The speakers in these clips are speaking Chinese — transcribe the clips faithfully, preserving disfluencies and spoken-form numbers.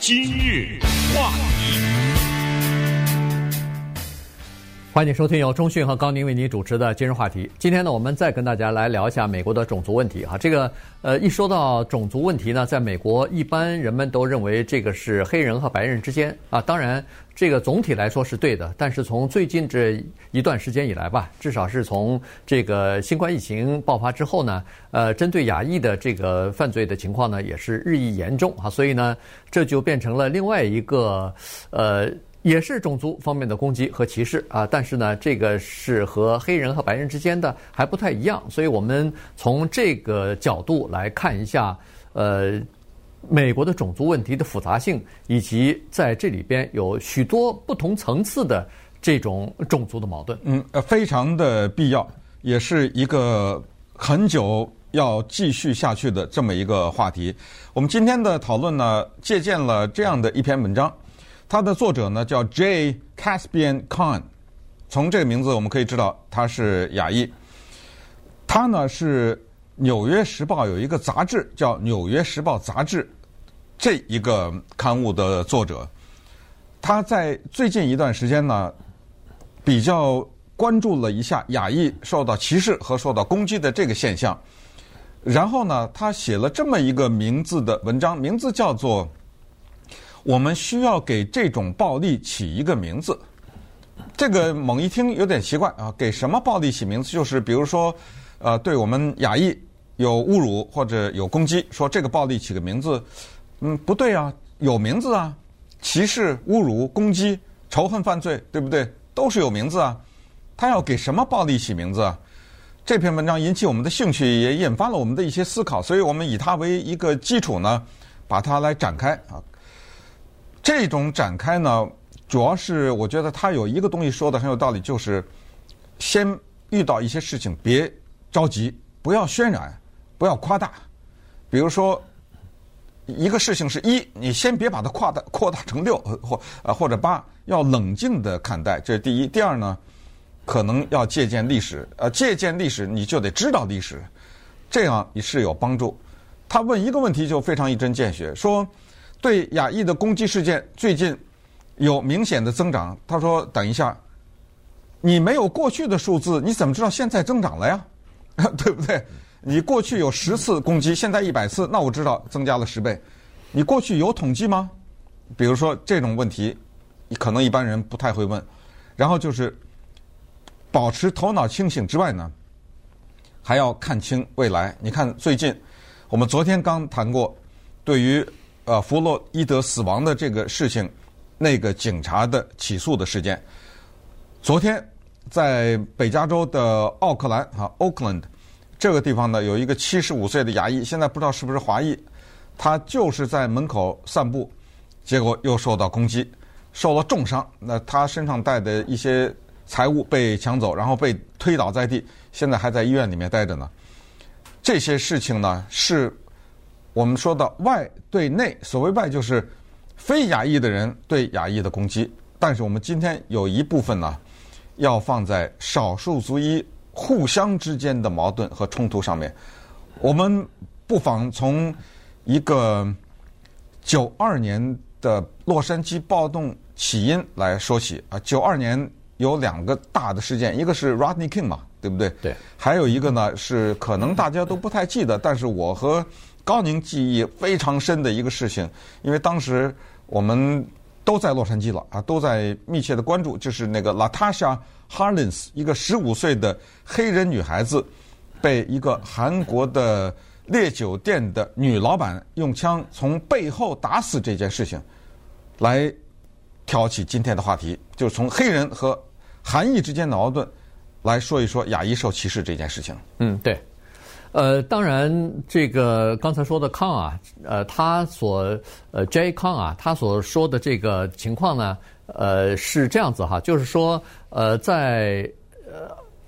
今日话题， 欢迎收听由钟讯和高宁为您主持的今日话题。今天呢，我们再跟大家来聊一下美国的种族问题哈。这个呃，一说到种族问题呢，在美国一般人们都认为这个是黑人和白人之间啊。当然，这个总体来说是对的，但是从最近这一段时间以来吧，至少是从这个新冠疫情爆发之后呢，呃，针对亚裔的这个犯罪的情况呢，也是日益严重啊。所以呢，这就变成了另外一个呃。也是种族方面的攻击和歧视啊，但是呢，这个是和黑人和白人之间的还不太一样，所以我们从这个角度来看一下，呃，美国的种族问题的复杂性，以及在这里边有许多不同层次的这种种族的矛盾。 嗯，呃，非常的必要，也是一个很久要继续下去的这么一个话题。我们今天的讨论呢，借鉴了这样的一篇文章。他的作者呢叫 J. Caspian Khan， 从这个名字我们可以知道他是亚裔。他呢是《纽约时报》有一个杂志叫《纽约时报杂志》这一个刊物的作者。他在最近一段时间呢，比较关注了一下亚裔受到歧视和受到攻击的这个现象。然后呢，他写了这么一个名字的文章，名字叫做我们需要给这种暴力起一个名字。这个猛一听有点奇怪啊，给什么暴力起名字？就是比如说，呃，对我们亚裔有侮辱或者有攻击，说这个暴力起个名字，嗯，不对啊，有名字啊，歧视、侮辱、攻击、仇恨犯罪，对不对？都是有名字啊。他要给什么暴力起名字啊？这篇文章引起我们的兴趣，也引发了我们的一些思考，所以我们以它为一个基础呢，把它来展开啊。这种展开呢，主要是我觉得他有一个东西说的很有道理，就是先遇到一些事情别着急，不要渲染，不要夸大。比如说一个事情是一，你先别把它扩大扩大成六或呃或者八，要冷静的看待，这是第一。第二呢，可能要借鉴历史，呃，借鉴历史你就得知道历史，这样也是有帮助。他问一个问题就非常一针见血，说对亚裔的攻击事件最近有明显的增长。他说等一下，你没有过去的数字，你怎么知道现在增长了呀？对不对？你过去有十次攻击，现在一百次，那我知道增加了十倍。你过去有统计吗？比如说这种问题，可能一般人不太会问。然后就是保持头脑清醒之外呢，还要看清未来。你看最近我们昨天刚谈过对于呃，弗洛伊德死亡的这个事情，那个警察的起诉的事件，昨天在北加州的奥克兰啊 ，Oakland 这个地方呢，有一个七十五岁的亚裔，现在不知道是不是华裔，他就是在门口散步，结果又受到攻击，受了重伤。那他身上带的一些财物被抢走，然后被推倒在地，现在还在医院里面待着呢。这些事情呢，是我们说的外对内，所谓外就是非亚裔的人对亚裔的攻击，但是我们今天有一部分呢，要放在少数族裔互相之间的矛盾和冲突上面。我们不妨从一个九二年的洛杉矶暴动起因来说起啊。九二年有两个大的事件，一个是 Rodney King 嘛，对不对？ 对。 还有一个呢是可能大家都不太记得，但是我和高宁记忆非常深的一个事情，因为当时我们都在洛杉矶了啊，都在密切的关注，就是那个 Latasha Harlins， 一个十五岁的黑人女孩子，被一个韩国的烈酒店的女老板用枪从背后打死这件事情，来挑起今天的话题，就是从黑人和韩裔之间的矛盾来说一说亚裔受歧视这件事情。 嗯，对。呃，当然，这个刚才说的康啊，呃，他所呃 J 康啊，他所说的这个情况呢，呃，是这样子哈，就是说，呃，在呃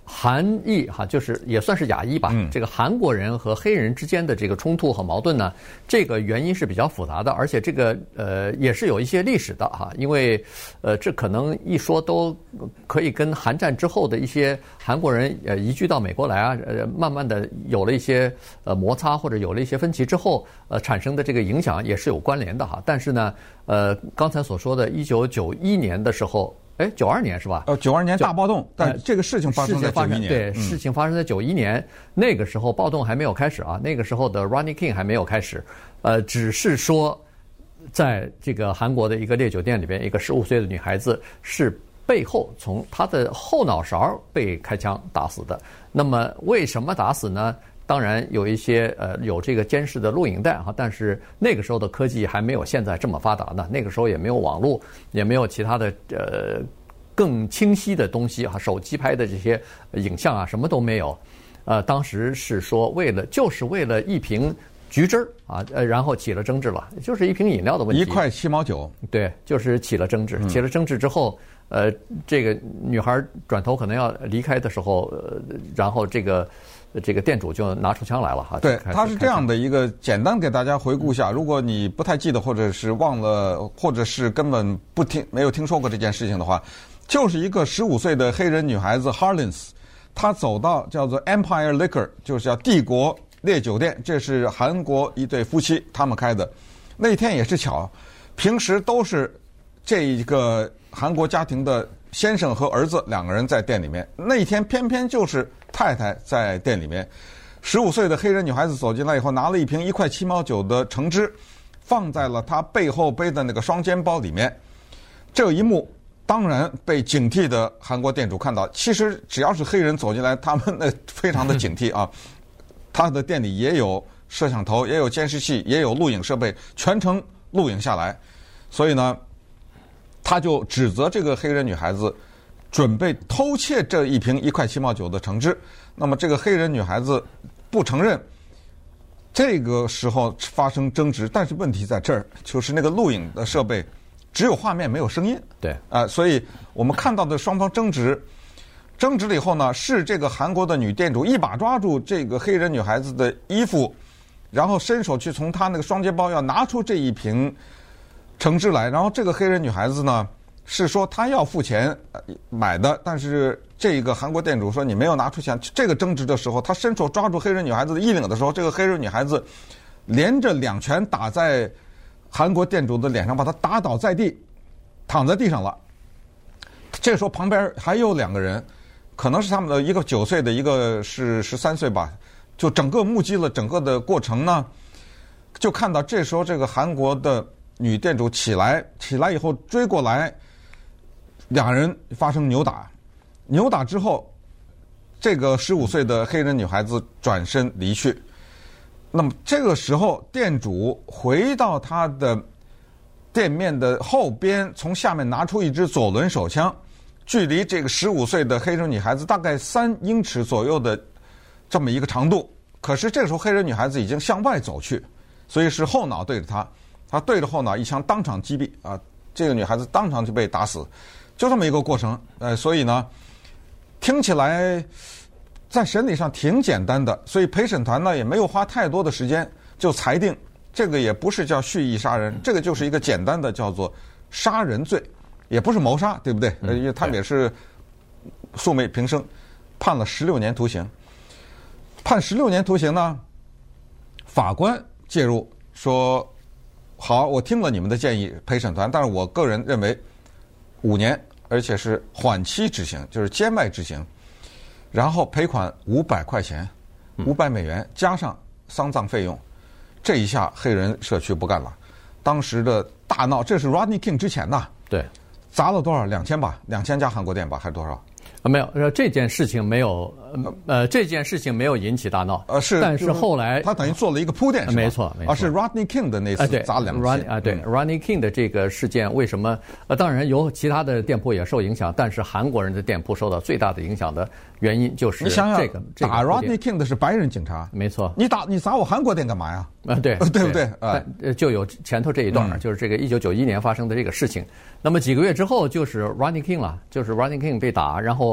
韩裔哈，就是也算是亚裔吧。 嗯、 这个韩国人和黑人之间的这个冲突和矛盾呢，这个原因是比较复杂的，而且这个呃也是有一些历史的哈。因为呃这可能一说都可以跟韩战之后的一些韩国人呃移居到美国来啊，呃慢慢的有了一些呃摩擦或者有了一些分歧之后，呃产生的这个影响也是有关联的哈。但是呢，呃刚才所说的一九九一年的时候。哎，九二年是吧？ 呃，九二年大暴动，但这个事情发生在九一年。 对，事情发生在九一年，那个时候暴动还没有开始啊，那个时候的 Rodney King 还没有开始，呃，只是说，在这个韩国的一个烈酒店里边，一个十五岁的女孩子是背后从她的后脑勺被开枪打死的。那么为什么打死呢？当然有一些呃有这个监视的录影带哈，但是那个时候的科技还没有现在这么发达呢，那个时候也没有网络，也没有其他的呃更清晰的东西哈，手机拍的这些影像啊什么都没有。呃，当时是说为了就是为了一瓶橘汁儿啊，呃，然后起了争执了，就是一瓶饮料的问题， 一块七毛九， 对，就是起了争执，起了争执之后。呃，这个女孩转头可能要离开的时候，呃，然后这个这个店主就拿出枪来了哈。 对，他是这样的一个，简单给大家回顾一下。如果你不太记得，或者是忘了，或者是根本不听没有听说过这件事情的话，就是一个十五岁的黑人女孩子 Harlins， 她走到叫做 Empire Liquor， 就是叫帝国烈酒店，这是韩国一对夫妻他们开的。那天也是巧，平时都是这一个。韩国家庭的先生和儿子两个人在店里面，那一天偏偏就是太太在店里面。十五岁的黑人女孩子走进来以后，拿了一瓶一块七毛九的橙汁，放在了她背后背的那个双肩包里面。这一幕当然被警惕的韩国店主看到。其实只要是黑人走进来，他们那非常的警惕啊。他的店里也有摄像头，也有监视器，也有录影设备，全程录影下来。所以呢。他就指责这个黑人女孩子准备偷窃这一瓶一块七毛九的橙汁。那么这个黑人女孩子不承认。这个时候发生争执，但是问题在这儿，就是那个录影的设备只有画面没有声音。 对啊、呃，所以我们看到的双方争执，争执了以后呢，是这个韩国的女店主一把抓住这个黑人女孩子的衣服，然后伸手去从她那个双肩包要拿出这一瓶。橙汁来，然后这个黑人女孩子呢是说她要付钱买的，但是这个韩国店主说你没有拿出钱。这个争执的时候，他伸手抓住黑人女孩子的衣领的时候，这个黑人女孩子连着两拳打在韩国店主的脸上，把他打倒在地，躺在地上了。这时候旁边还有两个人，可能是他们的一个九岁的，一个是十三岁吧，就整个目击了整个的过程呢，就看到这时候这个韩国的。女店主起来，起来以后追过来，两人发生扭打，扭打之后，这个十五岁的黑人女孩子转身离去。那么这个时候，店主回到他的店面的后边，从下面拿出一支左轮手枪，距离这个十五岁的黑人女孩子大概三英尺左右的这么一个长度。可是这个时候，黑人女孩子已经向外走去，所以是后脑对着她。他对着后脑一枪当场击毙啊！这个女孩子当场就被打死，就这么一个过程。呃，所以呢，听起来在审理上挺简单的，所以陪审团呢也没有花太多的时间就裁定这个也不是叫蓄意杀人，这个就是一个简单的叫做杀人罪，也不是谋杀，对不对？呃，因为他们也是素昧平生，判了十六年徒刑。判十六年徒刑呢，法官介入说。好，我听了你们的建议，陪审团，但是我个人认为五年，而且是缓期执行，就是监外执行，然后赔款五百块钱，五百美元加上丧葬费用。这一下黑人社区不干了，当时的大闹，这是 Rodney King 之前呐， 对， 砸了多少？两千吧，两千家韩国店吧，还是多少？ 啊，没有，呃，这件事情没有，呃，这件事情没有引起大闹， 呃，是， 但是后来他等于做了一个铺垫，是吧？ 没错，没错， 啊，是 Rodney King 的那次砸两千啊，对 ，Rodney King 的这个事件，为什么？呃，当然有其他的店铺也受影响，但是韩国人的店铺受到最大的影响的原因就是你想想这个打 Rodney King 的是白人警察， 没错， 你打你砸我韩国店干嘛呀？ 啊，对， 对不对？啊， 就有前头这一段，就是这个一九九一年发生的这个事情。那么几个月之后，就是 Rodney King 了，就是 Rodney King 被打，然后。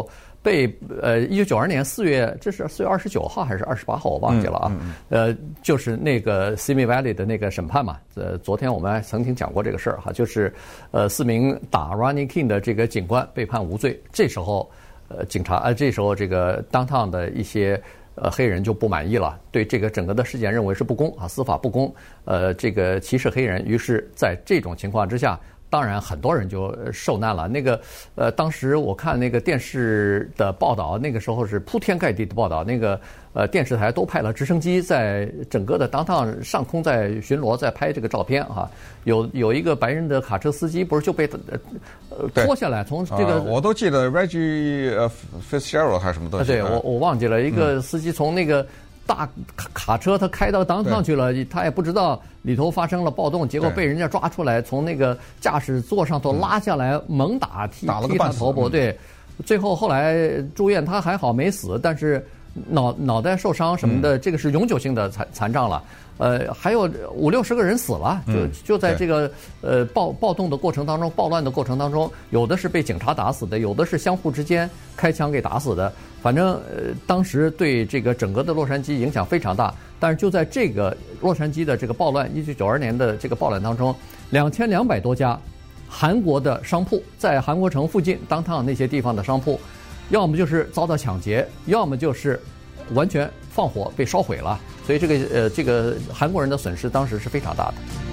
被呃一九九二年四月，这是四月二十九号还是二十八号，我忘记了啊。嗯嗯、呃，就是那个 Simi Valley 的那个审判嘛。呃，昨天我们还曾经讲过这个事儿哈，就是呃四名打 Rodney King 的这个警官被判无罪。这时候呃警察呃这时候这个 downtown 的一些呃黑人就不满意了，对这个整个的事件认为是不公啊，司法不公，呃这个歧视黑人。于是在这种情况之下。当然，很多人就受难了。那个，呃，当时我看那个电视的报道，那个时候是铺天盖地的报道。那个，呃，电视台都派了直升机在整个的downtown上空在巡逻，在拍这个照片啊。有有一个白人的卡车司机，不是就被呃拖下来，从这个、呃、 我都记得 Reggie Fitzgerald 还是什么东西？ 对我我忘记了，一个司机从那个。大卡卡车他开到downtown去了，他也不知道里头发生了暴动，结果被人家抓出来，从那个驾驶座上头拉下来，猛打踢踢他头部，对，最后后来住院，他还好没死，但是脑脑袋受伤什么的，这个是永久性的残残障了。呃，还有五六十个人死了，就就在这个呃暴暴动的过程当中，暴乱的过程当中，有的是被警察打死的，有的是相互之间开枪给打死的。反正呃，当时对这个整个的洛杉矶影响非常大。但是就在这个洛杉矶的这个暴乱，一九九二年的这个暴乱当中，两千两百多家韩国的商铺在韩国城附近downtown那些地方的商铺，要么就是遭到抢劫，要么就是完全放火被烧毁了。所以这个呃，这个韩国人的损失当时是非常大的。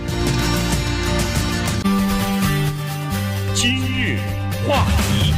今日话题。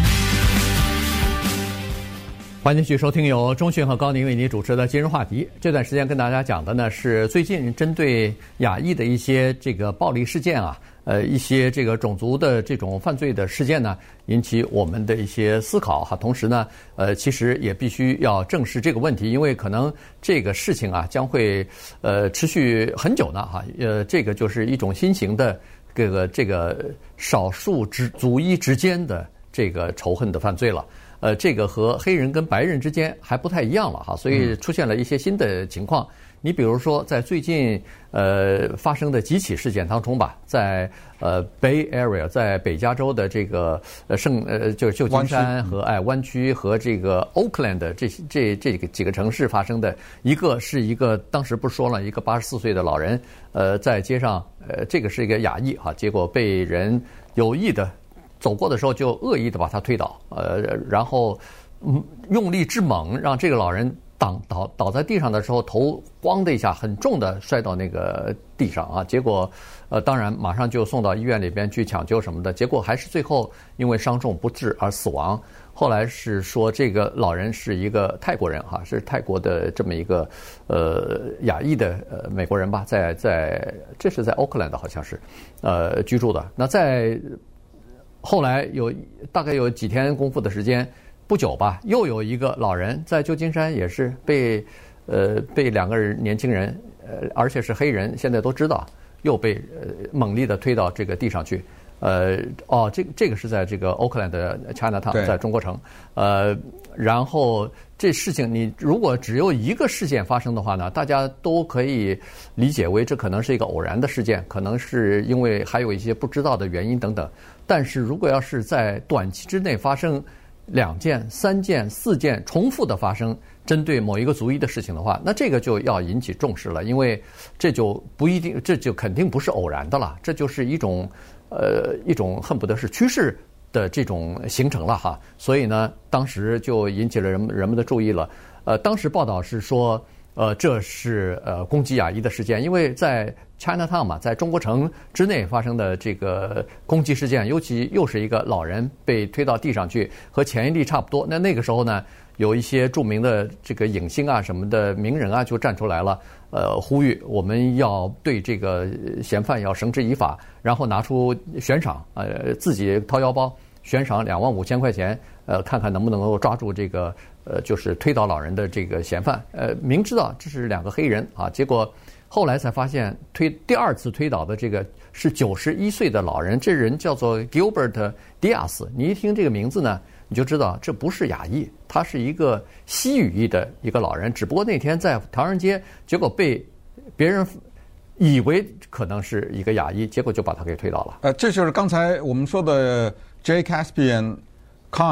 欢迎继续收听由钟迅和高宁为您主持的今日话题。这段时间跟大家讲的呢是最近针对亚裔的一些这个暴力事件啊，呃，一些这个种族的这种犯罪的事件呢，引起我们的一些思考哈。同时呢，呃，其实也必须要正视这个问题，因为可能这个事情啊将会呃持续很久呢哈。呃，这个就是一种新型的这个这个少数之族裔之间的这个仇恨的犯罪了。呃，这个和黑人跟白人之间还不太一样了哈，所以出现了一些新的情况。你比如说，在最近呃发生的几起事件当中吧，在呃 Bay Area， 在北加州的这个呃圣呃就是旧金山和哎湾区和这个 Oakland 这这这个几个城市发生的，一个是一个当时不是说了一个八十四岁的老人，呃在街上呃这个是一个亚裔哈，结果被人有意的。走过的时候就恶意的把他推倒，呃，然后嗯用力之猛，让这个老人倒倒倒在地上的时候，头咣的一下很重的摔到那个地上啊，结果呃当然马上就送到医院里边去抢救什么的，结果还是最后因为伤重不治而死亡。后来是说这个老人是一个泰国人哈，是泰国的这么一个呃亚裔的呃美国人吧，在在这是在 Oakland 好像是呃居住的。那在后来有大概有几天功夫的时间，不久吧，又有一个老人在旧金山也是被呃被两个人年轻人呃而且是黑人，现在都知道，又被呃猛力的推到这个地上去。呃哦，这这个是在这个 Oakland 的 Chinatown， 在中国城。呃，然后这事情你如果只有一个事件发生的话呢，大家都可以理解为这可能是一个偶然的事件，可能是因为还有一些不知道的原因等等。但是如果要是在短期之内发生两件、三件、四件重复的发生针对某一个族裔的事情的话，那这个就要引起重视了，因为这就不一定，这就肯定不是偶然的了，这就是一种呃一种恨不得是趋势的这种形成了哈。所以呢，当时就引起了人们人们的注意了。呃，当时报道是说，呃，这是呃攻击亚裔的事件，因为在 Chinatown 嘛，在中国城之内发生的这个攻击事件，尤其又是一个老人被推到地上去，和前一例差不多。那那个时候呢，有一些著名的这个影星啊、什么的名人啊，就站出来了，呃，呼吁我们要对这个嫌犯要绳之以法，然后拿出悬赏，呃，自己掏腰包悬赏两万五千块钱，呃，看看能不能够抓住这个呃，就是推倒老人的这个嫌犯。呃，明知道这是两个黑人啊，结果后来才发现推第二次推倒的这个是九十一岁的老人，这人叫做 Gilbert Diaz。你一听这个名字呢，你就知道这不是亚裔，他是一个西语裔的一个老人，只不过那天在唐人街，结果被别人以为可能是一个亚裔，结果就把他给推倒了。 呃，这就是刚才我们说的 Jay Caspian Khan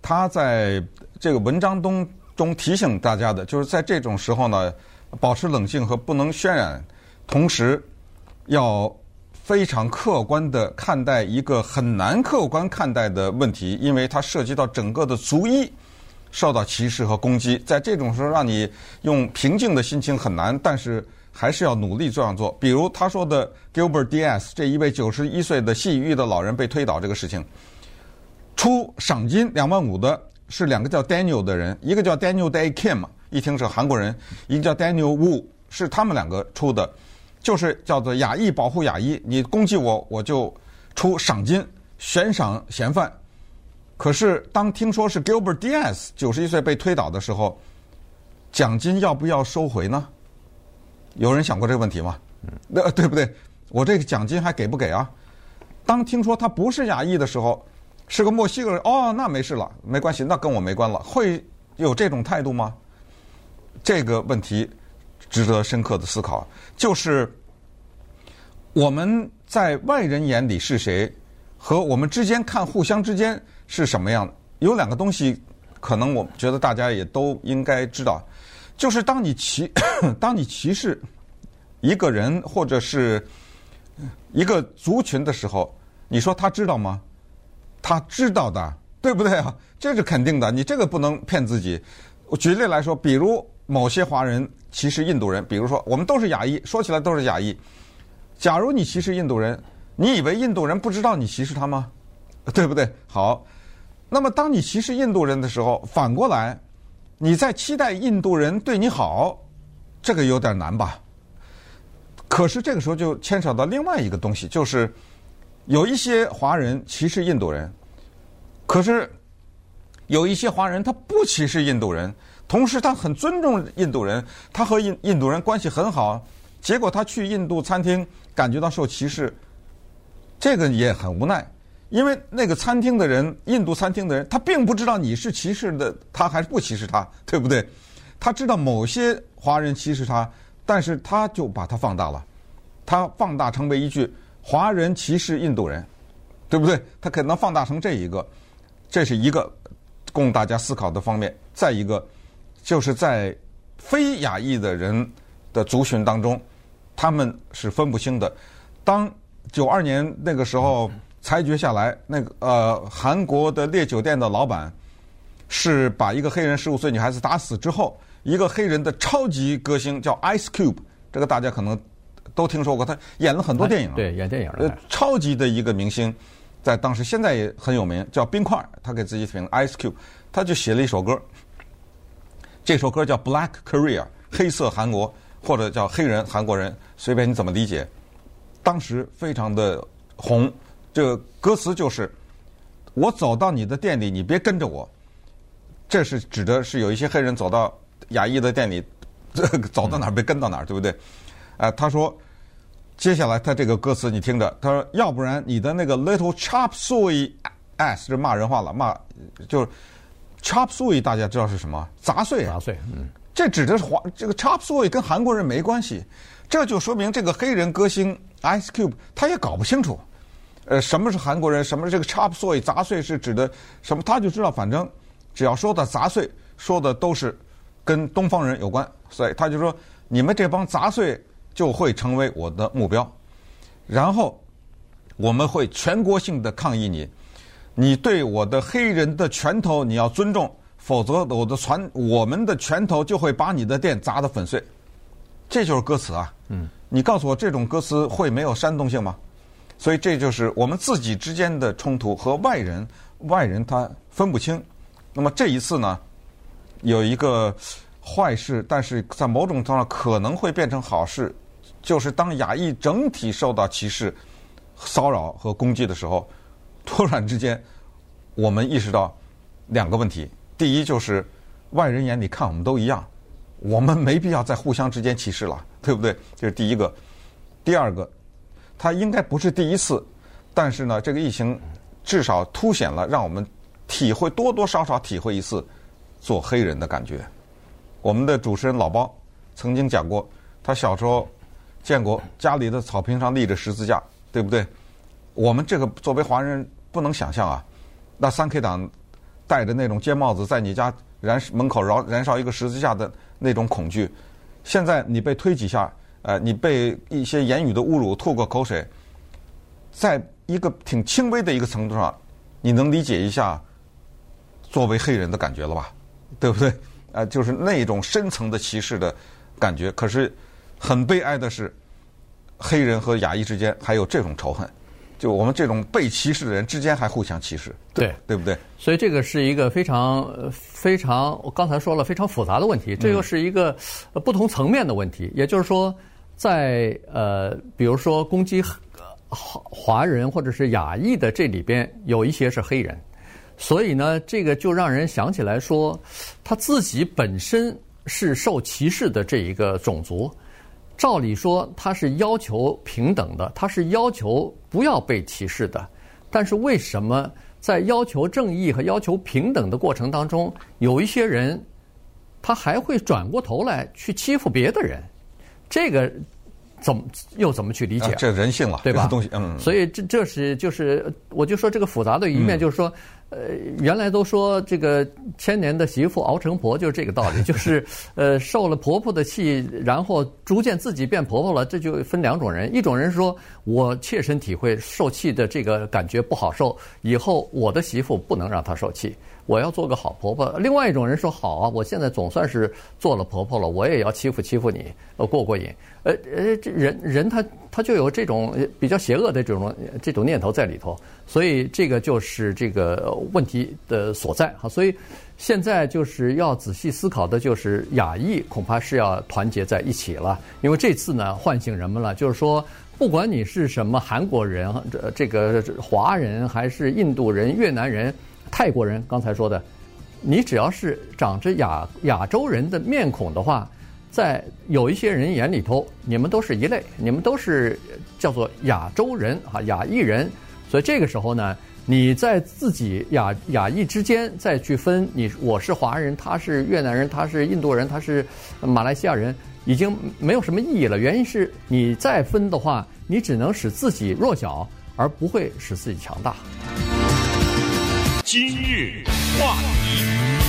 他在这个文章中中提醒大家的，就是在这种时候呢，保持冷静和不能渲染，同时要非常客观地看待一个很难客观看待的问题，因为它涉及到整个的族裔受到歧视和攻击。在这种时候让你用平静的心情很难，但是还是要努力这样做。比如他说的 Gilbert Diaz 这一位九十一岁的细语的老人被推倒这个事情，出赏金两万五的是两个叫 Daniel 的人，一个叫 Daniel Day Kim， 一听是韩国人，一个叫 Daniel Wu， 是他们两个出的，就是叫做亚裔保护亚裔，你攻击我我就出赏金悬赏嫌犯。可是当听说是 Gilbert Diaz 九十一岁被推倒的时候，奖金要不要收回呢？有人想过这个问题吗？那对不对？我这个奖金还给不给啊？当听说他不是亚裔的时候，是个墨西哥人，哦，那没事了，没关系，那跟我没关了，会有这种态度吗？这个问题值得深刻的思考。就是我们在外人眼里是谁，和我们之间看互相之间是什么样的，有两个东西，可能我觉得大家也都应该知道，就是当你歧当你歧视一个人或者是一个族群的时候，你说他知道吗？他知道的，对不对啊？这是肯定的，你这个不能骗自己。我举例来说，比如某些华人歧视印度人，比如说我们都是亚裔，说起来都是亚裔。假如你歧视印度人，你以为印度人不知道你歧视他吗？对不对？好，那么当你歧视印度人的时候，反过来你在期待印度人对你好，这个有点难吧？可是这个时候就牵扯到另外一个东西，就是有一些华人歧视印度人，可是有一些华人他不歧视印度人，同时他很尊重印度人，他和印印度人关系很好，结果他去印度餐厅感觉到受歧视，这个也很无奈，因为那个餐厅的人，印度餐厅的人，他并不知道你是歧视的他还是不歧视他，对不对？他知道某些华人歧视他，但是他就把它放大了，他放大成为一句华人歧视印度人，对不对？他可能放大成这一个，这是一个供大家思考的方面。再一个，就是在非亚裔的人的族群当中，他们是分不清的。当九二年那个时候裁决下来，那个呃韩国的烈酒店的老板是把一个黑人十五岁女孩子打死之后，一个黑人的超级歌星叫 Ice Cube， 这个大家可能都听说过，他演了很多电影， 对，演电影的， 呃，超级的一个明星，在当时现在也很有名，叫冰块，他给自己评 Ice Cube， 他就写了一首歌，这首歌叫 Black Korea， 黑色韩国，或者叫黑人韩国人，随便你怎么理解，当时非常的红。这个歌词就是我走到你的店里，你别跟着我，这是指的是有一些黑人走到亚裔的店里，走到哪儿别跟到哪儿，对不对？呃，他说，接下来他这个歌词你听着，他说，要不然你的那个 little chop suey ass， 这骂人话了，骂就是 chop suey， 大家知道是什么？杂碎， 杂碎，嗯， 这指的是华这个 chop suey 跟韩国人没关系，这就说明这个黑人歌星 Ice Cube 他也搞不清楚，呃，什么是韩国人，什么是这个 chop suey 杂碎是指的什么，他就知道，反正只要说的杂碎，说的都是跟东方人有关，所以他就说你们这帮杂碎就会成为我的目标，然后我们会全国性的抗议你，你对我的黑人的拳头你要尊重，否则我的拳我们的拳头就会把你的店砸得粉碎。这就是歌词啊，嗯，你告诉我这种歌词会没有煽动性吗？所以这就是我们自己之间的冲突和外人，外人他分不清。那么这一次呢，有一个坏事，但是在某种程度上可能会变成好事，就是当亚裔整体受到歧视、骚扰和攻击的时候，突然之间我们意识到两个问题。第一就是外人眼里看我们都一样，我们没必要在互相之间歧视了，对不对？这是第一个。第二个，它应该不是第一次，但是呢，这个疫情至少凸显了让我们体会多多少少体会一次做黑人的感觉。我们的主持人老包曾经讲过，他小时候见过家里的草坪上立着十字架，对不对？我们这个作为华人不能想象啊，那三 K 党戴着那种尖帽子在你家燃门口燃燃烧一个十字架的那种恐惧。现在你被推几下，呃，你被一些言语的侮辱，吐个口水，在一个挺轻微的一个程度上，你能理解一下作为黑人的感觉了吧？对不对？呃，就是那种深层的歧视的感觉。可是很悲哀的是，黑人和亚裔之间还有这种仇恨。就我们这种被歧视的人之间还互相歧视，对对对不对？ 所以这个是一个非常非常，我刚才说了非常复杂的问题，这又是一个不同层面的问题。也就是说，在呃，比如说攻击华人或者是亚裔的这里边，有一些是黑人，所以呢，这个就让人想起来说，他自己本身是受歧视的这一个种族。照理说，他是要求平等的，他是要求不要被歧视的。但是为什么在要求正义和要求平等的过程当中，有一些人他还会转过头来去欺负别的人？这个怎么又怎么去理解？ 啊、这人性了， 对吧？ 这东西，嗯。 所以这这是就是我就说这个复杂的一面，就是说。嗯呃，原来都说这个千年的媳妇熬成婆，就是这个道理，就是呃受了婆婆的气，然后逐渐自己变婆婆了，这就分两种人。一种人说我切身体会受气的这个感觉不好受，以后我的媳妇不能让她受气，我要做个好婆婆。另外一种人说好啊，我现在总算是做了婆婆了，我也要欺负欺负你，呃过过瘾。呃呃，这人人他他就有这种比较邪恶的这种这种念头在里头，所以这个就是这个问题的所在哈。所以现在就是要仔细思考的，就是亚裔恐怕是要团结在一起了，因为这次呢唤醒人们了，就是说不管你是什么韩国人、这个华人还是印度人、越南人、泰国人，刚才说的，你只要是长着亚亚洲人的面孔的话。在有一些人眼里头，你们都是一类，你们都是叫做亚洲人啊，亚裔人。所以这个时候呢，你在自己亚亚裔之间再去分，你我是华人，他是越南人，他是印度人，他是马来西亚人，已经没有什么意义了。原因是你再分的话，你只能使自己弱小，而不会使自己强大。 今日话题。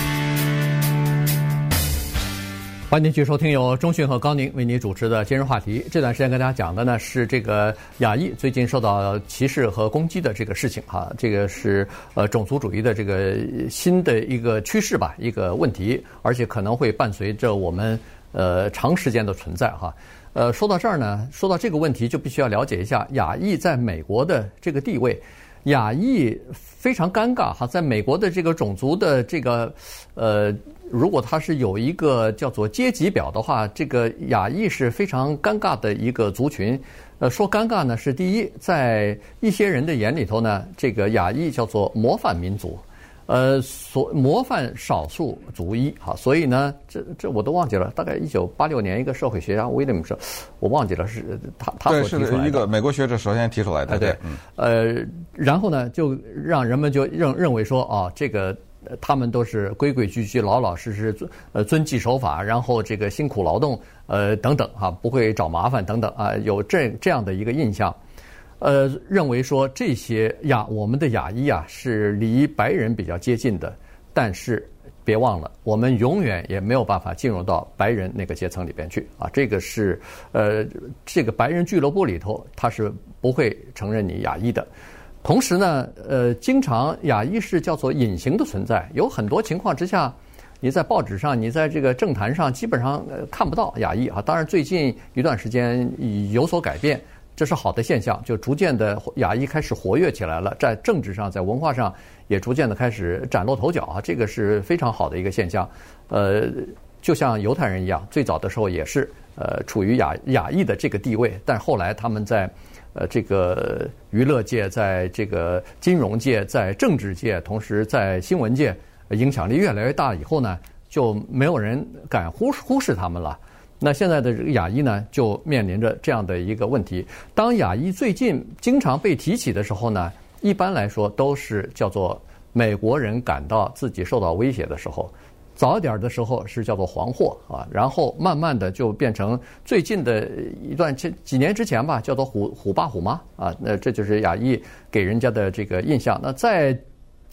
欢迎继续收听由钟迅和高宁为你主持的今日话题。这段时间跟大家讲的呢是这个亚裔最近受到歧视和攻击的这个事情哈，这个是呃种族主义的这个新的一个趋势吧，一个问题，而且可能会伴随着我们呃长时间的存在哈。呃，说到这儿呢，说到这个问题，就必须要了解一下亚裔在美国的这个地位。亚裔非常尴尬哈，在美国的这个种族的这个呃。如果它是有一个叫做阶级表的话，这个亚裔是非常尴尬的一个族群。呃，说尴尬呢，是第一，在一些人的眼里头呢，这个亚裔叫做模范民族，呃，所模范少数族裔哈。所以呢，这这我都忘记了，大概一九八六年一个社会学家威廉姆说，我忘记了是他他所提出来的。 对，是一个美国学者首先提出来的。 对，对嗯、呃，然后呢，就让人们就认认为说，哦，这个。他们都是规规矩矩、老老实实、呃遵纪守法，然后这个辛苦劳动，呃等等哈，不会找麻烦等等啊，有这这样的一个印象，呃，认为说这些亚我们的亚裔啊是离白人比较接近的，但是别忘了，我们永远也没有办法进入到白人那个阶层里边去啊，这个是呃这个白人俱乐部里头，他是不会承认你亚裔的。同时呢，呃，经常亚裔是叫做隐形的存在，有很多情况之下，你在报纸上，你在这个政坛上，基本上呃看不到亚裔啊。当然，最近一段时间有所改变，这是好的现象，就逐渐的亚裔开始活跃起来了，在政治上，在文化上也逐渐的开始崭露头角啊，这个是非常好的一个现象。呃，就像犹太人一样，最早的时候也是呃处于亚亚裔的这个地位，但后来他们在。呃，这个娱乐界，在这个金融界，在政治界，同时在新闻界，影响力越来越大以后呢，就没有人敢忽忽视他们了。那现在的这个亚裔呢，就面临着这样的一个问题。当亚裔最近经常被提起的时候呢，一般来说都是叫做美国人感到自己受到威胁的时候。早一点的时候是叫做黄祸啊，然后慢慢的就变成最近的一段几几年之前吧，叫做虎虎爸虎妈啊，那这就是亚裔给人家的这个印象。那再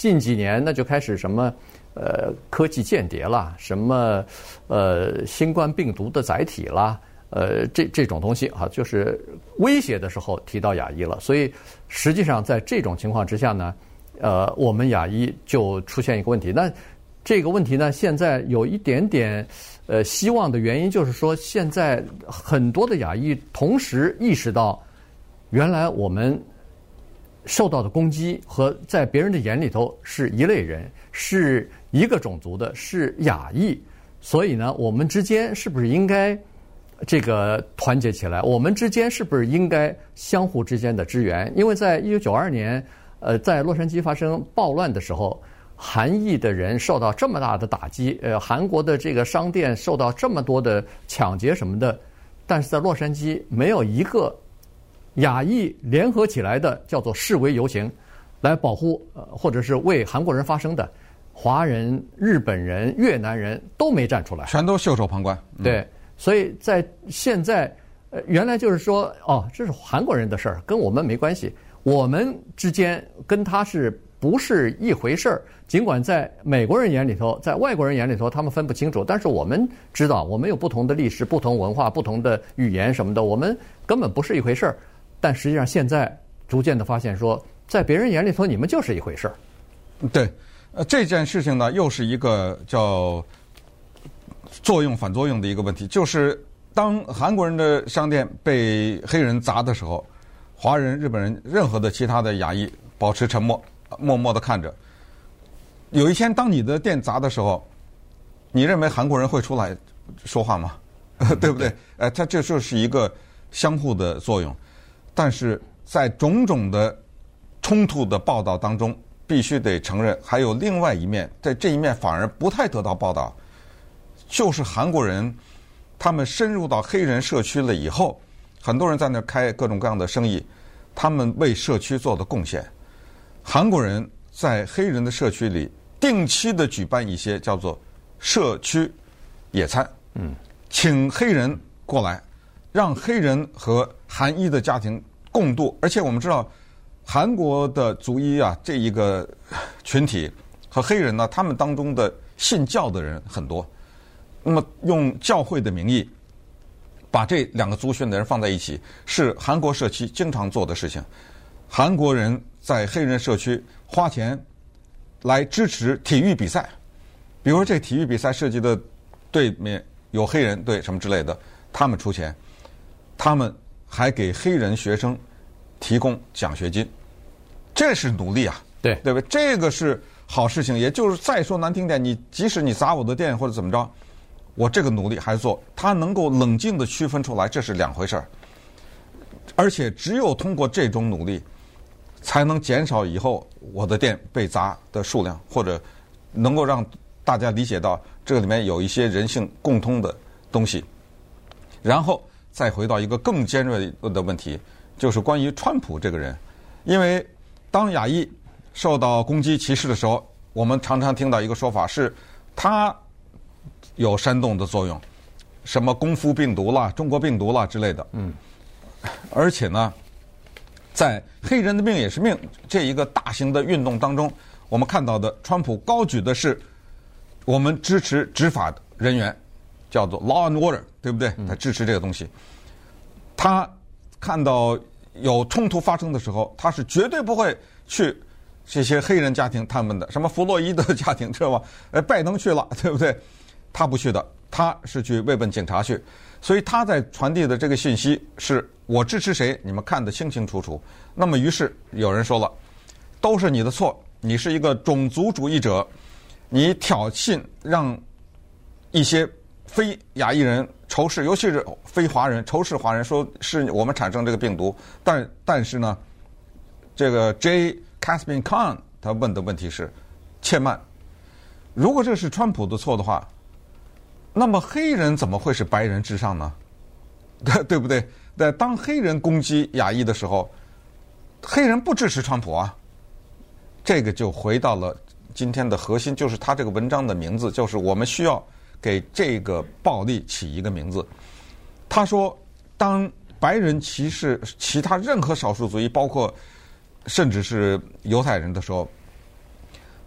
近几年那就开始什么呃科技间谍啦，什么呃新冠病毒的载体啦，呃这这种东西啊，就是威胁的时候提到亚裔了。所以实际上在这种情况之下呢，呃，我们亚裔就出现一个问题。那这个问题呢，现在有一点点呃希望的原因，就是说现在很多的亚裔同时意识到，原来我们受到的攻击和在别人的眼里头是一类人，是一个种族的，是亚裔。所以呢，我们之间是不是应该这个团结起来？我们之间是不是应该相互之间的支援？因为在一九九二年，呃，在洛杉矶发生暴乱的时候，韩裔的人受到这么大的打击，呃，韩国的这个商店受到这么多的抢劫什么的，但是在洛杉矶没有一个亚裔联合起来的叫做示威游行，来保护呃或者是为韩国人发声的，华人、日本人、越南人都没站出来， 全都袖手旁观。 嗯、对，所以在现在，呃，原来就是说，哦，这是韩国人的事儿，跟我们没关系，我们之间跟他是不是一回事儿？尽管在美国人眼里头，在外国人眼里头，他们分不清楚，但是我们知道，我们有不同的历史、不同文化、不同的语言什么的，我们根本不是一回事儿。但实际上，现在逐渐的发现说，在别人眼里头，你们就是一回事儿。 对，呃，这件事情呢，又是一个叫作用反作用的一个问题，就是当韩国人的商店被黑人砸的时候，华人、日本人、任何的其他的亚裔保持沉默，默默的看着。有一天，当你的店砸的时候，你认为韩国人会出来说话吗？对不对？哎，它这就是一个相互的作用。但是在种种的冲突的报道当中，必须得承认，还有另外一面，在这一面反而不太得到报道，就是韩国人他们深入到黑人社区了以后，很多人在那开各种各样的生意，他们为社区做的贡献。韩国人在黑人的社区里定期的举办一些叫做社区野餐，嗯，请黑人过来，让黑人和韩裔的家庭共度。而且我们知道，韩国的族裔啊这一个群体和黑人呢，他们当中的信教的人很多。那么用教会的名义把这两个族群的人放在一起，是韩国社区经常做的事情。韩国人在黑人社区花钱来支持体育比赛，比如说这体育比赛涉及的对面有黑人队什么之类的，他们出钱，他们还给黑人学生提供奖学金，这是努力啊， 对对吧？这个是好事情。也就是再说难听点，你即使你砸我的店或者怎么着，我这个努力还是做。他能够冷静地区分出来，这是两回事儿。而且只有通过这种努力，才能减少以后我的店被砸的数量，或者能够让大家理解到这里面有一些人性共通的东西。然后再回到一个更尖锐的问题，就是关于川普这个人。因为当亚裔受到攻击歧视的时候，我们常常听到一个说法是他有煽动的作用，什么功夫病毒啦、中国病毒啦之类的。嗯，而且呢，在黑人的命也是命这一个大型的运动当中，我们看到的川普高举的是我们支持执法人员，叫做 law and order， 对不对？他支持这个东西。他看到有冲突发生的时候，他是绝对不会去这些黑人家庭他们的什么弗洛伊德家庭，知道吧？呃，拜登去了，对不对？他不去的，他是去慰问警察去。所以他在传递的这个信息是我支持谁，你们看得清清楚楚。那么于是有人说了，都是你的错，你是一个种族主义者，你挑衅让一些非亚裔人仇视，尤其是非华人仇视华人，说是我们产生这个病毒。但但是呢，这个 J. Caspian Khan 他问的问题是，切曼，如果这是川普的错的话，那么黑人怎么会是白人至上呢？对不对？在当黑人攻击亚裔的时候，黑人不支持川普啊。这个就回到了今天的核心，就是他这个文章的名字，就是我们需要给这个暴力起一个名字。他说，当白人歧视其他任何少数族裔，包括甚至是犹太人的时候，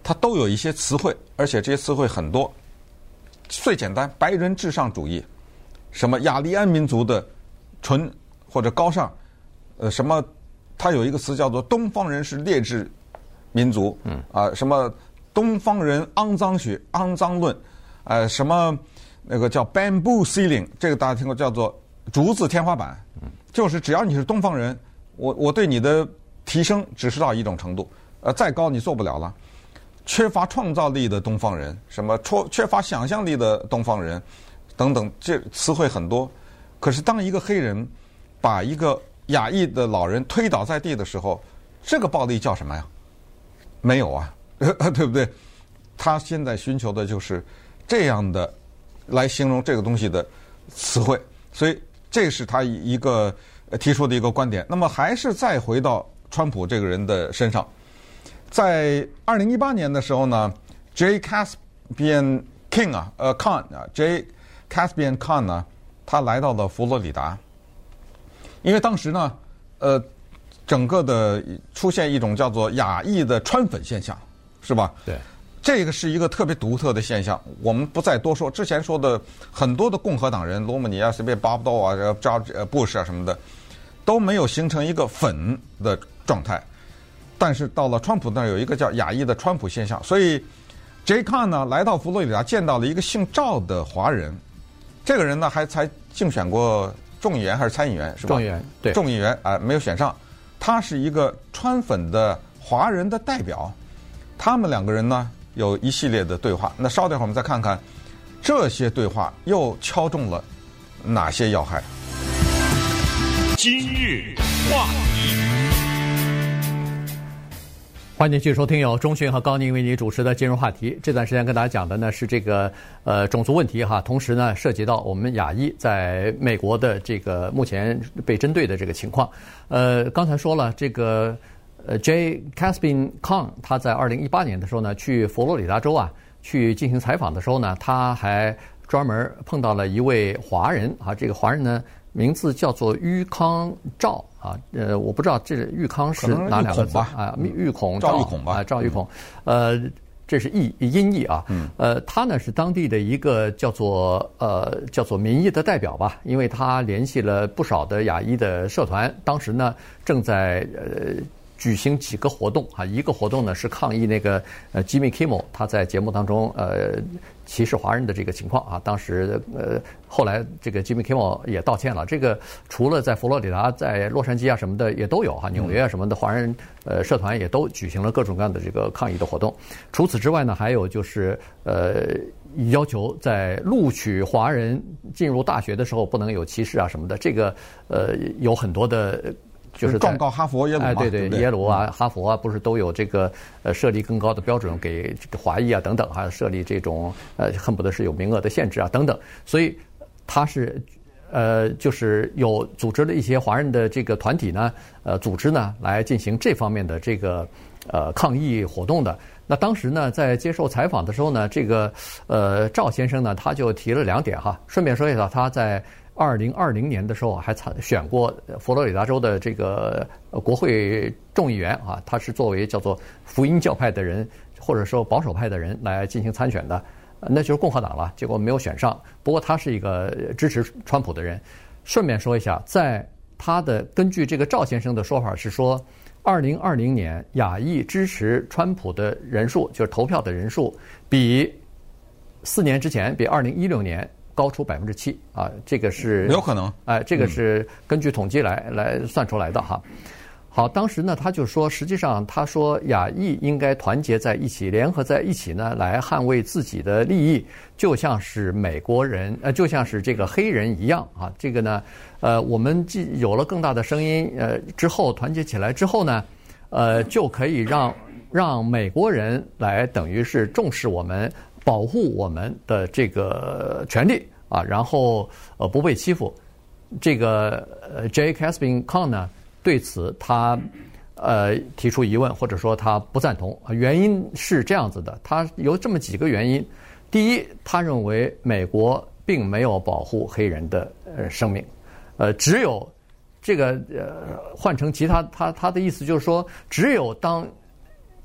它都有一些词汇，而且这些词汇很多。最简单，白人至上主义，什么雅利安民族的纯或者高尚，呃，什么，它有一个词叫做东方人是劣质民族，嗯啊，什么东方人肮脏学、肮脏论，呃，什么那个叫 bamboo ceiling， 这个大家听过，叫做竹子天花板，就是只要你是东方人，我我对你的提升只是到一种程度，呃，再高你做不了了。缺乏创造力的东方人，什么缺缺乏想象力的东方人，等等，这词汇很多。可是当一个黑人把一个亚裔的老人推倒在地的时候，这个暴力叫什么呀？没有啊，对不对？他现在寻求的就是这样的来形容这个东西的词汇，所以这是他一个提出的一个观点。那么还是再回到川普这个人的身上。在二零一八年的时候呢 ，J. Caspian King 啊，呃 Khan 啊 ，J. Caspian Khan 呢，他来到了佛罗里达，因为当时呢，呃，整个的出现一种叫做亚裔的川粉现象，是吧？ 对， 这个是一个特别独特的现象，我们不再多说。之前说的很多的共和党人，罗姆尼啊，随便 Bob Dole 啊、George Bush 啊什么的，都没有形成一个粉的状态。但是到了川普那儿有一个叫亚裔的川普现象，所以 J. Khan 呢来到佛罗里达见到了一个姓赵的华人，这个人呢还才竞选过众议员还是参议员是吧？ 众议员，对， 众议员啊、呃、没有选上，他是一个川粉的华人的代表，他们两个人呢有一系列的对话，那稍等会儿我们再看看这些对话又敲中了哪些要害。 今日话题。 欢迎继续收听由钟迅和高宁为你主持的金融话题。这段时间跟大家讲的呢是这个呃种族问题哈，同时呢涉及到我们亚裔在美国的这个目前被针对的这个情况。呃，刚才说了这个呃 J. Caspian Khan 他在二零一八年的时候呢去佛罗里达州啊去进行采访的时候呢，他还专门碰到了一位华人啊，这个华人呢名字叫做玉康赵啊，呃，我不知道这玉康是哪两个字啊？玉孔赵玉孔吧， 啊，赵玉孔，呃，这是译音译啊，呃，他呢是当地的一个叫做呃叫做民意的代表吧，因为他联系了不少的亚裔的社团，当时呢正在呃。举行几个活动啊，一个活动呢是抗议那个呃 Jimmy Kimmel 他在节目当中呃歧视华人的这个情况啊，当时呃后来这个 Jimmy Kimmel 也道歉了。这个除了在佛罗里达、在洛杉矶啊什么的也都有哈，纽约啊什么的华人呃社团也都举行了各种各样的这个抗议的活动。除此之外呢，还有就是呃要求在录取华人进入大学的时候不能有歧视啊什么的，这个呃有很多的。就是状告哈佛、耶鲁嘛， 哎，对对， 对耶鲁啊、哈佛啊，不是都有这个呃设立更高的标准给这个华裔啊等等，还设立这种呃恨不得是有名额的限制啊等等，所以他是呃就是有组织了一些华人的这个团体呢，呃组织呢来进行这方面的这个呃抗议活动的。那当时呢，在接受采访的时候呢，这个呃赵先生呢他就提了两点哈，顺便说一下他在。二零二零年的时候还参选过佛罗里达州的这个国会众议员啊，他是作为叫做福音教派的人或者说保守派的人来进行参选的，那就是共和党了，结果没有选上。不过他是一个支持川普的人。顺便说一下，在他的根据这个赵先生的说法是说，二零二零年亚裔支持川普的人数，就是投票的人数，比四年之前，比二零一六年。高出百分之七啊，这个是有可能， 哎，这个是根据统计来、嗯、来算出来的哈。好，当时呢，他就说，实际上他说亚裔应该团结在一起，联合在一起呢，来捍卫自己的利益，就像是美国人，呃，就像是这个黑人一样啊。这个呢，呃，我们既有了更大的声音，呃，之后团结起来之后呢，呃，就可以让让美国人来等于是重视我们。保护我们的这个权利啊，然后呃不被欺负。这个呃 J. Caspian Khan 呢对此他呃提出疑问，或者说他不赞同。原因是这样子的，他有这么几个原因。第一，他认为美国并没有保护黑人的呃生命，呃只有这个呃换成其他他他的意思就是说，只有当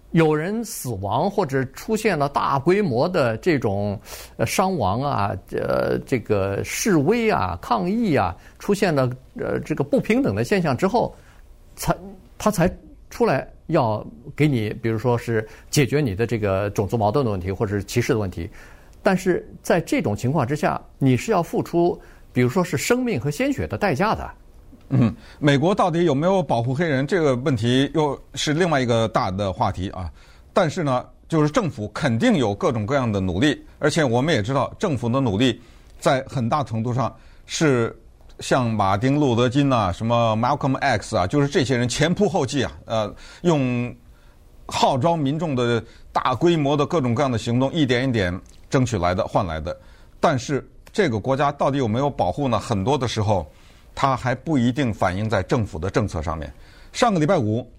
有人死亡或者出现了大规模的这种呃伤亡啊，呃这个示威啊、抗议啊，出现了呃这个不平等的现象之后，才他才出来要给你，比如说是解决你的这个种族矛盾的问题或者是歧视的问题。但是在这种情况之下，你是要付出，比如说是生命和鲜血的代价的。 嗯，美国到底有没有保护黑人这个问题又是另外一个大的话题啊。但是呢，就是政府肯定有各种各样的努力，而且我们也知道，政府的努力在很大程度上是像马丁·路德·金啊、什么 Malcolm X 啊，就是这些人前仆后继啊，呃，用号召民众的大规模的各种各样的行动，一点一点争取来的、换来的。但是这个国家到底有没有保护呢？很多的时候，它还不一定反映在政府的政策上面。上个礼拜五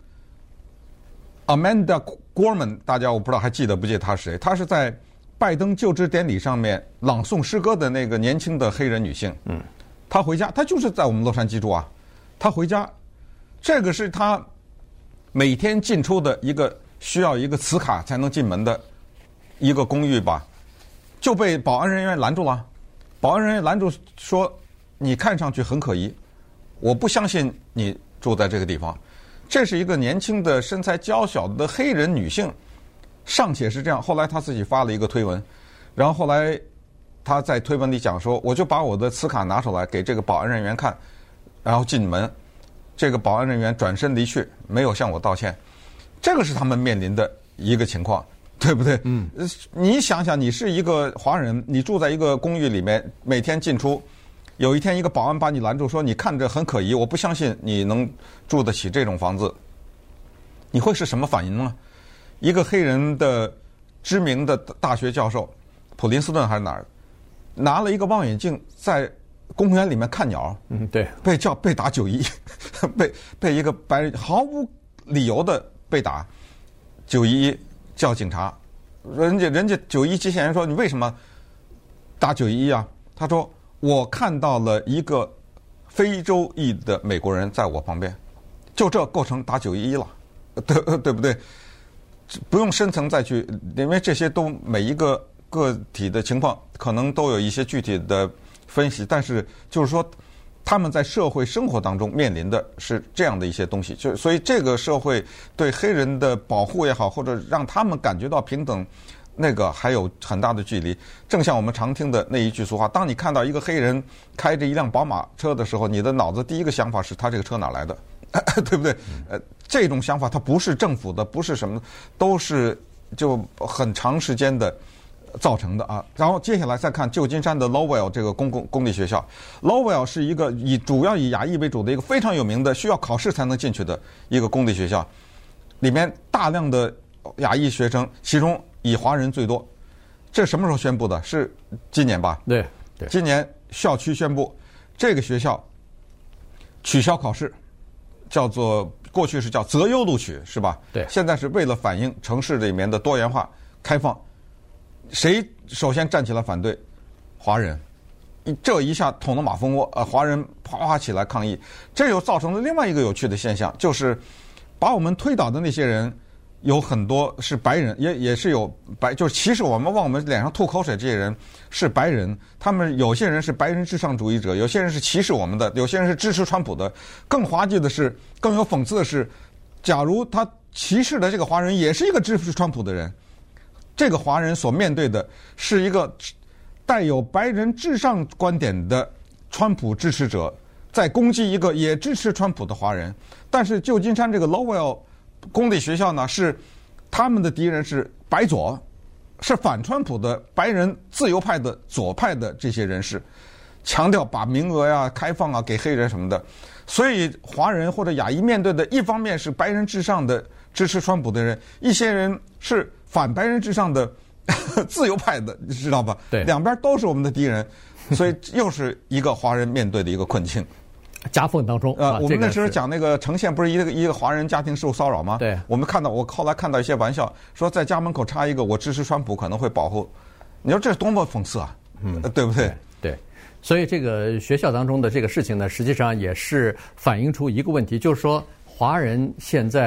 ，Amanda Gorman， 大家我不知道还记得不记得她是谁？她是在拜登就职典礼上面朗诵诗歌的那个年轻的黑人女性。嗯，她回家，她就是在我们洛杉矶住啊。她回家，这个是她每天进出的一个需要一个磁卡才能进门的一个公寓吧，就被保安人员拦住了。保安人员拦住说：“你看上去很可疑，我不相信你住在这个地方。”这是一个年轻的、身材娇小的黑人女性，尚且是这样。后来她自己发了一个推文，然后后来她在推文里讲说：“我就把我的磁卡拿出来给这个保安人员看，然后进门。”这个保安人员转身离去，没有向我道歉。这个是他们面临的一个情况，对不对？嗯。你想想，你是一个华人，你住在一个公寓里面，每天进出。有一天，一个保安把你拦住，说：“你看着很可疑，我不相信你能住得起这种房子。”你会是什么反应呢？一个黑人的知名的大学教授，普林斯顿还是哪儿，拿了一个望远镜在公园里面看鸟， 嗯，对， 被叫被打九一，被被一个白人毫无理由的被打，九一叫警察，人家人家九一接线员说：“你为什么打九一啊？”他说：“我看到了一个非洲裔的美国人在我旁边，就这构成打九一一了，对对不对？不用深层再去，因为这些都每一个个体的情况可能都有一些具体的分析，但是就是说他们在社会生活当中面临的是这样的一些东西，就所以这个社会对黑人的保护也好，或者让他们感觉到平等，那个还有很大的距离。正像我们常听的那一句俗话，当你看到一个黑人开着一辆宝马车的时候，你的脑子第一个想法是他这个车哪来的，对不对？呃，这种想法它不是政府的，不是什么，都是就很长时间的造成的啊。然后接下来再看旧金山的 Lowell 这个公共公立学校。Lowell 是一个以主要以亚裔为主的一个非常有名的需要考试才能进去的一个公立学校，里面大量的亚裔学生，其中以华人最多。这什么时候宣布的？是今年吧？ 对，对， 今年校区宣布这个学校取消考试，叫做过去是叫择优录取，是吧？ 对， 现在是为了反映城市里面的多元化开放。谁首先站起来反对？华人，这一下捅了马蜂窝，呃，华人啪啪起来抗议，这又造成了另外一个有趣的现象，就是把我们推倒的那些人有很多是白人，也也是有白，就是歧视我们、往我们脸上吐口水这些人是白人，他们有些人是白人至上主义者，有些人是歧视我们的，有些人是支持川普的。更滑稽的是，更有讽刺的是，假如他歧视的这个华人也是一个支持川普的人。这个华人所面对的是一个带有白人至上观点的川普支持者，在攻击一个也支持川普的华人。但是旧金山这个 Lowell 公立学校呢，是他们的敌人是白左，是反川普的白人自由派的左派的这些人士，强调把名额呀、开放啊给黑人什么的。所以华人或者亚裔面对的一方面是白人至上的支持川普的人，一些人是反白人至上的自由派的，你知道吧？ 对， 两边都是我们的敌人，所以又是一个华人面对的一个困境。 夹缝当中， 呃， 啊、 我们那时候这个讲那个城县不是一个一个华人家庭受骚扰吗？ 对， 我们看到我后来看到一些玩笑说，在家门口插一个我支持川普可能会保护，你说这是多么讽刺啊？嗯，对不对？ 对。对，所以这个学校当中的这个事情呢，实际上也是反映出一个问题，就是说华人现在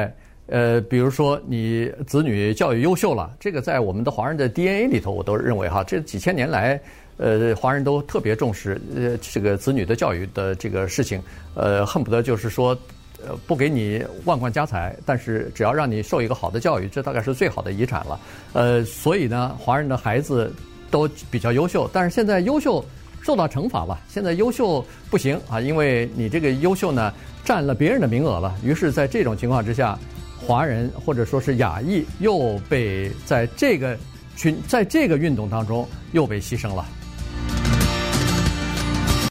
呃，比如说你子女教育优秀了，这个在我们的华人的 D N A 里头，我都认为哈，这几千年来，呃，华人都特别重视呃这个子女的教育的这个事情，呃，恨不得就是说，呃，不给你万贯家财，但是只要让你受一个好的教育，这大概是最好的遗产了。呃，所以呢，华人的孩子都比较优秀，但是现在优秀受到惩罚了，现在优秀不行啊，因为你这个优秀呢占了别人的名额了，于是在这种情况之下，华人或者说是亚裔又被在这个群在这个运动当中又被牺牲了。